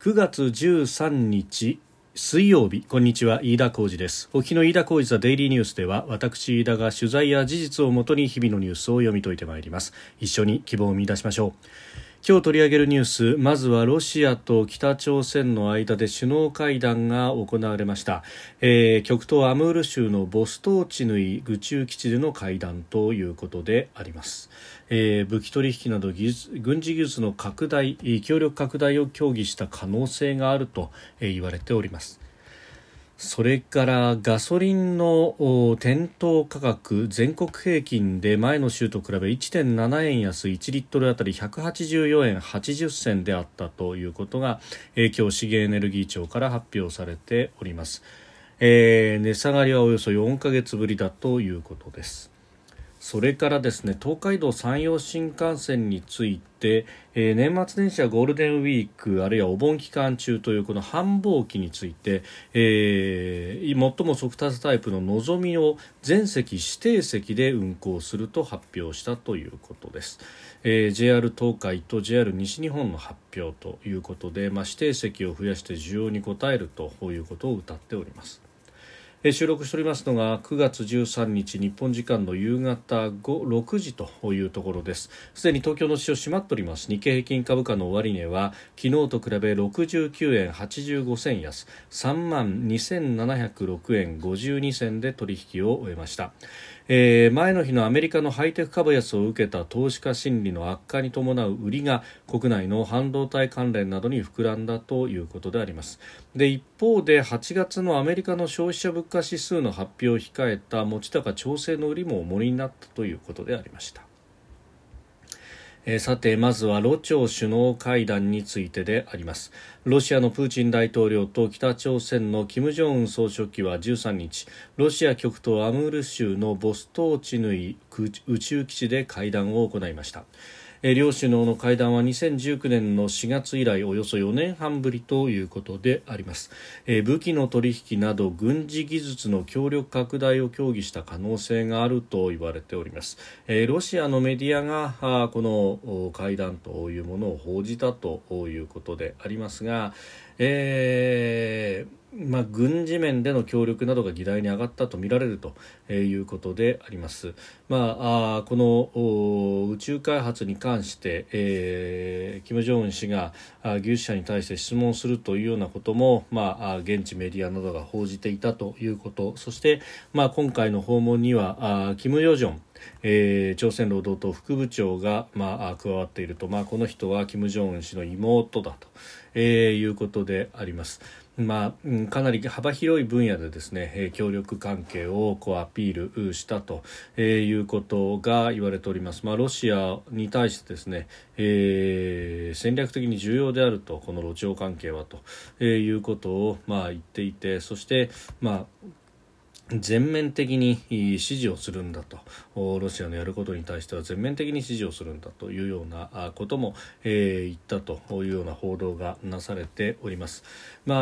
9月13日水曜日、こんにちは、飯田浩司です。お聞きの飯田浩司ザデイリーニュースでは、私飯田が取材や事実をもとに日々のニュースを読み解いてまいります。一緒に希望を見出しましょう。今日取り上げるニュース、まずはロシアと北朝鮮の間で首脳会談が行われました。極東アムール州のボストーチヌイ宇宙基地での会談ということであります。武器取引など軍事技術の拡大、協力拡大を協議した可能性があると言われております。それからガソリンの店頭価格全国平均で前の週と比べ 1.7 円安1リットルあたり184円80銭であったということが、今日資源エネルギー庁から発表されております。値下がりはおよそ4ヶ月ぶりだということです。それからですね、東海道山陽新幹線について、年末年始やゴールデンウィークあるいはお盆期間中というこの繁忙期について、最も速達タイプののぞみを全席指定席で運行すると発表したということです。JR 東海と JR 西日本の発表ということで、指定席を増やして需要に応えるということを謳っております。収録しておりますのが9月13日日本時間の夕方6時というところです。すでに東京の市場閉まっております。日経平均株価の終値は昨日と比べ69円85銭安 32,706 円52銭で取引を終えました。前の日のアメリカのハイテク株安を受けた投資家心理の悪化に伴う売りが国内の半導体関連などに膨らんだということであります。で、一方で8月のアメリカの消費者物価指数の発表を控えた持ち高調整の売りも重荷になったということでありました。さて、まずはロ朝首脳会談についてであります。ロシアのプーチン大統領と北朝鮮の金正恩総書記は13日、ロシア極東アムール州のボストーチヌイ宇宙基地で会談を行いました。両首脳の会談は2019年の4月以来およそ4年半ぶりということであります。武器の取引など軍事技術の協力拡大を協議した可能性があると言われております。ロシアのメディアがこの会談というものを報じたということでありますが、軍事面での協力などが議題に上がったとみられるということであります。この宇宙開発に関して、金正恩氏が技術者に対して質問するというようなことも、現地メディアなどが報じていたということ、そして、今回の訪問には金与正朝鮮労働党副部長が、加わっていると、この人は金正恩氏の妹だと、いうことであります。かなり幅広い分野でですね、協力関係をアピールしたということが言われております。ロシアに対してですね、戦略的に重要であると、このロ朝関係はということを言っていて、そして全面的に支持をするんだと、ロシアのやることに対しては全面的に支持をするんだというようなことも言ったというような報道がなされております。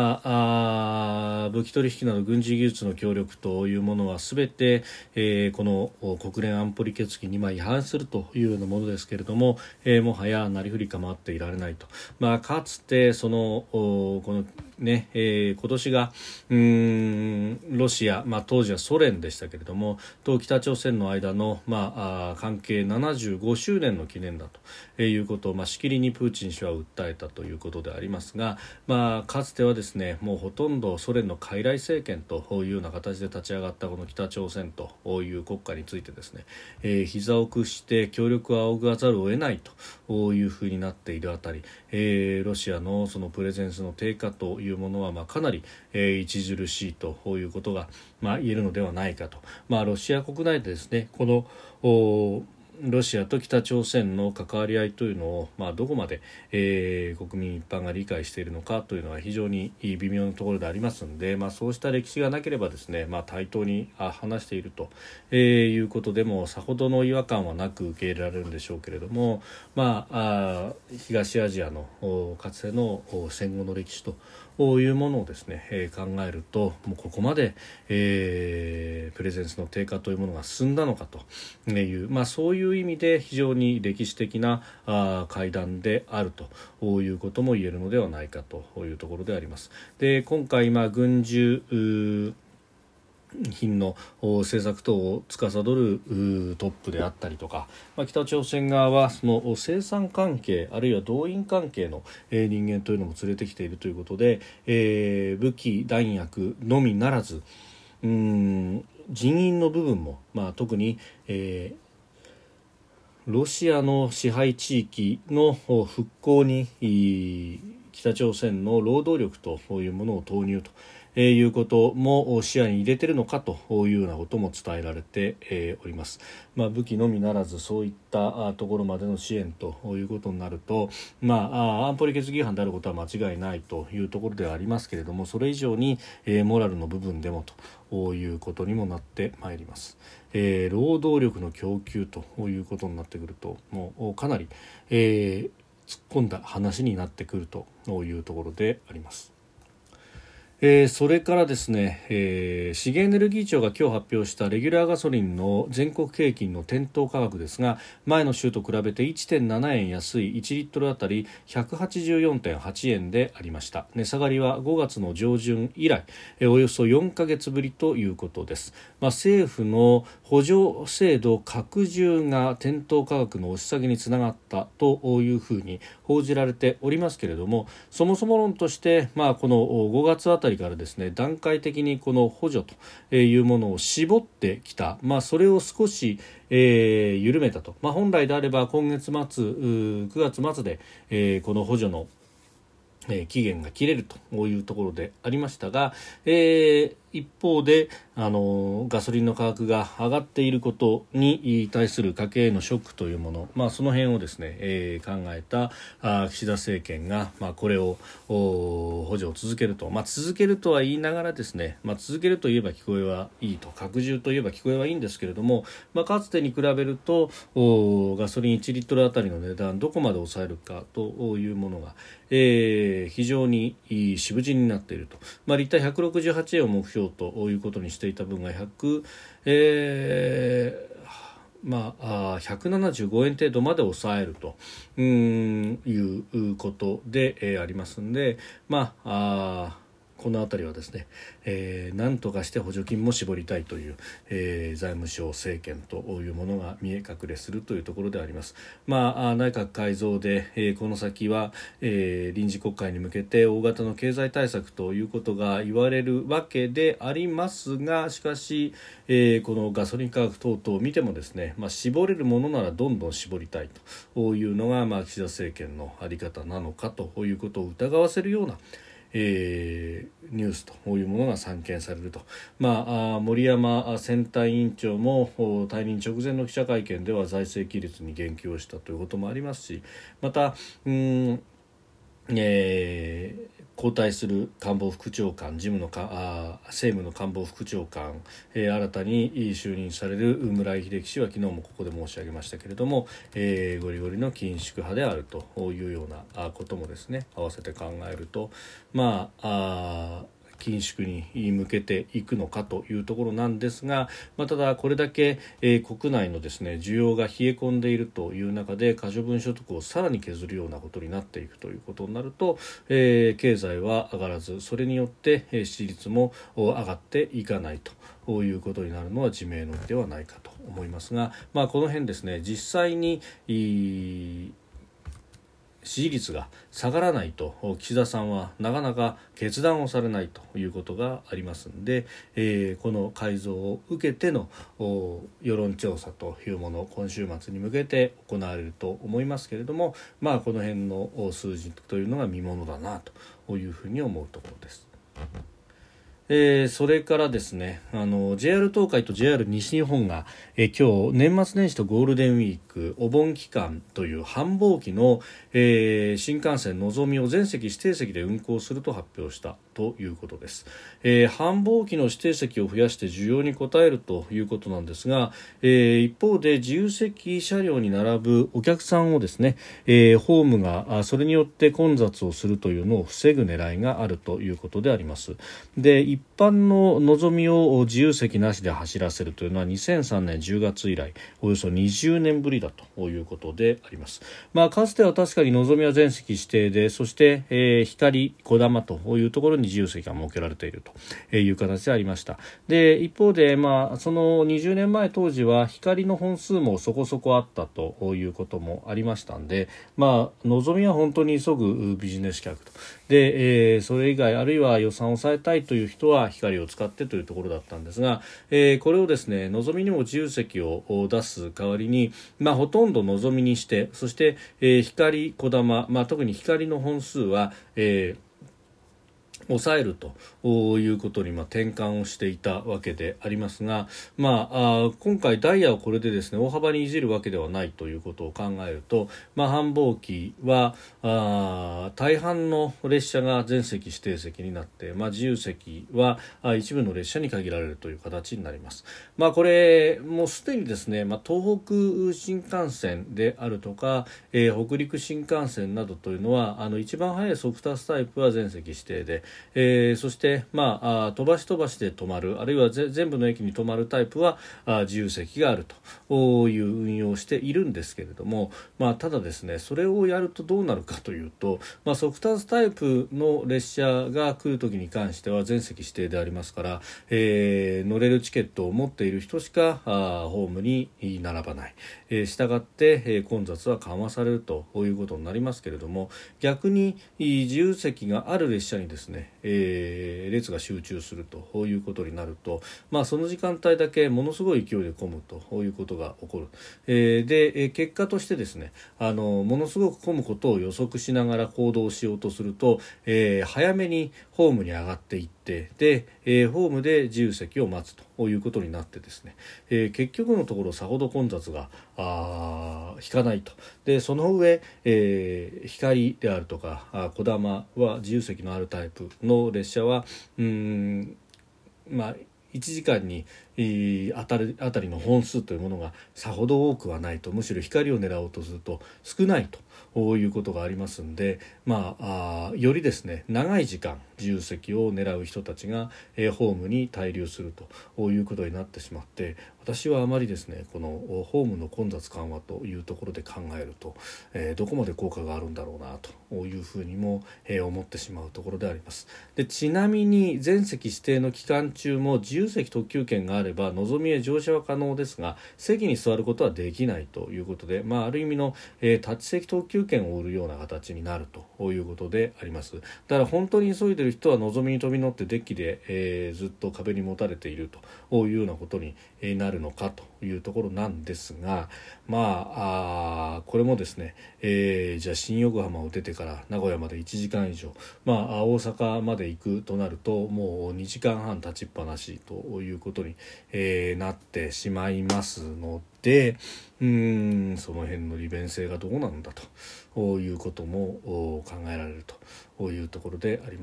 武器取引など軍事技術の協力というものはすべて、この国連安保理決議に違反するというようなものですけれども、もはやなりふり構っていられないと。かつてこの今年がロシア、当時はソ連でしたけれどもと北朝鮮の間の、関係75周年の記念だということを、しきりにプーチン氏は訴えたということでありますが、かつてはですね、もうほとんどソ連の傀儡政権というような形で立ち上がったこの北朝鮮という国家についてですね、膝を屈して協力を仰がざるを得ないというふうになっているあたり、ロシアのそのプレゼンスの低下というものはかなり著しいということが言えるのではないかと。ロシア国内でですね、このロシアと北朝鮮の関わり合いというのを、どこまで、国民一般が理解しているのかというのは非常に微妙なところでありますので、そうした歴史がなければですね、対等に話していると、いうことでもさほどの違和感はなく受け入れられるんでしょうけれども、東アジアのかつての戦後の歴史というものをですね、考えるともうここまで、プレゼンスの低下というものが進んだのかという、そういういう意味で非常に歴史的な会談であるということも言えるのではないかというところであります。で、今回軍需品の政策等を司るトップであったりとか、北朝鮮側はその生産関係あるいは動員関係の人間というのも連れてきているということで、武器弾薬のみならず人員の部分も、特に、ロシアの支配地域の復興に北朝鮮の労働力というものを投入ということも視野に入れているのかというようなことも伝えられております。武器のみならずそういったところまでの支援ということになると、安保理決議違反であることは間違いないというところではありますけれども、それ以上にモラルの部分でもということにもなってまいります。労働力の供給ということになってくるともうかなり、突っ込んだ話になってくるというところであります。それからですね、資源エネルギー庁が今日発表したレギュラーガソリンの全国平均の店頭価格ですが、前の週と比べて 1.7 円安い1リットルあたり 184.8 円でありました。値下がりは5月の上旬以来、およそ4ヶ月ぶりということです。政府の補助制度拡充が店頭価格の押し下げにつながったというふうに報じられておりますけれども、そもそも論として、この5月あたりからですね、段階的にこの補助というものを絞ってきた、それを少し、緩めたと、本来であれば今月末9月末で、この補助の期限が切れるというところでありましたが、一方でガソリンの価格が上がっていることに対する家計へのショックというもの、その辺をですね、考えた岸田政権が、これを補助を続けると、続けるとは言いながらですね、続けるといえば聞こえはいいと、拡充といえば聞こえはいいんですけれども、かつてに比べるとガソリン1リットルあたりの値段どこまで抑えるかというものが、非常に渋地になっていると、リッター168円を目標ということにしていた分が175円程度まで抑えるということでありますので、このあたりはですね、何とかして補助金も絞りたいという、財務省政権というものが見え隠れするというところであります。内閣改造で、この先は、臨時国会に向けて大型の経済対策ということが言われるわけでありますが、しかし、このガソリン価格等々を見てもですね、絞れるものならどんどん絞りたいというのが、岸田政権のあり方なのかということを疑わせるようなニュースというものが散見されると、森山選対委員長も退任直前の記者会見では財政規律に言及をしたということもありますし、また交代する官房副長官政務の官房副長官、新たに就任される村井秀樹氏は昨日もここで申し上げましたけれども、ゴリゴリの緊縮派であるというようなこともですね、合わせて考えると緊縮に向けていくのかというところなんですが、ただこれだけ、国内のですね需要が冷え込んでいるという中で可処分所得をさらに削るようなことになっていくということになると、経済は上がらず、それによって支持率も上がっていかないということになるのは自明の理ではないかと思いますが、この辺ですね、実際に支持率が下がらないと岸田さんはなかなか決断をされないということがありますので、この改造を受けての世論調査というもの、今週末に向けて行われると思いますけれども、この辺の数字というのが見ものだなというふうに思うところです。それからですね、JR 東海と JR 西日本が、今日年末年始とゴールデンウィークお盆期間という繁忙期の、新幹線のぞみを全席指定席で運行すると発表したということです。繁忙期の指定席を増やして需要に応えるということなんですが、一方で自由席車両に並ぶお客さんをですね、ホームがそれによって混雑をするというのを防ぐ狙いがあるということであります。で、一一般ののぞみを自由席なしで走らせるというのは2003年10月以来およそ20年ぶりだということであります。かつては確かにのぞみは全席指定で、そして、光こだまというところに自由席が設けられているという形でありました。で一方で、その20年前当時は光の本数もそこそこあったということもありましたんで、のぞみは本当に急ぐビジネス客とで、それ以外あるいは予算を抑えたいという人は光を使ってというところだったんですが、これをですねのぞみにも自由席を出す代わりに、ほとんどのぞみにして、そして、光こだま、特に光の本数は、抑えるということに転換をしていたわけでありますが、今回ダイヤをこれでですね大幅にいじるわけではないということを考えると、繁忙期は大半の列車が全席指定席になって、自由席は一部の列車に限られるという形になります。これもうすでにですね、東北新幹線であるとか、北陸新幹線などというのは一番早いソクタスタイプは全席指定で、そして、飛ばし飛ばしで止まる、あるいは全部の駅に止まるタイプは自由席があるという運用をしているんですけれども、ただですねそれをやるとどうなるかというと、ソクタスタイプの列車が来るときに関しては全席指定でありますから、乗れるチケットを持っている人しかホームに並ばない、したがって、混雑は緩和されるということになりますけれども、逆に自由席がある列車にですね列が集中するということになると、その時間帯だけものすごい勢いで混むということが起こる。で結果としてですねものすごく混むことを予測しながら行動しようとすると、早めにホームに上がっていって、で、ホームで自由席を待つということになってですね、結局のところさほど混雑が引かないと。でその上、光であるとかこだまは自由席のあるタイプの列車は1時間にあたりの本数というものがさほど多くはないと、むしろ光を狙おうとすると少ないということがありますので、よりですね長い時間自由席を狙う人たちが、ホームに滞留するということになってしまって、私はあまりですねこのホームの混雑緩和というところで考えると、どこまで効果があるんだろうなというふうにも、思ってしまうところであります。でちなみに全席指定の期間中も自由席特急券があればのぞみへ乗車は可能ですが、席に座ることはできないということで、ある意味の、タッチ席特急券を売るような形になるということであります。だから本当に急いでいる人はのぞみに飛び乗ってデッキで、ずっと壁にもたれているというようなことになるのかというところなんですが、これもですね、じゃあ新横浜を出てから名古屋まで1時間以上、大阪まで行くとなるともう2時間半立ちっぱなしということに、なってしまいますので、その辺の利便性がどうなんだということも考えられるというところであります。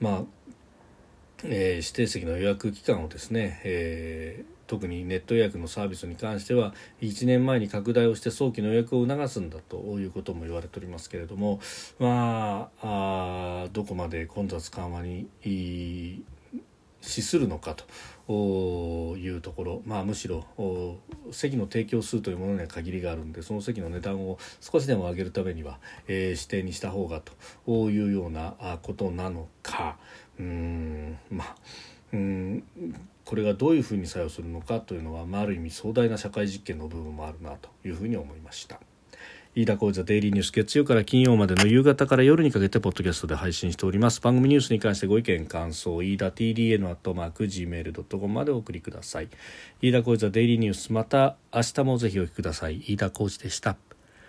指定席の予約期間をですね、特にネット予約のサービスに関しては1年前に拡大をして早期の予約を促すんだということも言われておりますけれども、どこまで混雑緩和に資するのかというところ、むしろ席の提供数というものには限りがあるので、その席の値段を少しでも上げるためには、指定にした方がというようなことなのか、これがどういうふうに作用するのかというのは、ある意味壮大な社会実験の部分もあるなというふうに思いました。飯田浩司ザデイリーニュース、月曜から金曜までの夕方から夜にかけてポッドキャストで配信しております。番組ニュースに関してご意見感想、飯田 TDN@gmail.com までお送りください。飯田浩司ザデイリーニュース、また明日もぜひお聞きください。飯田浩司でした。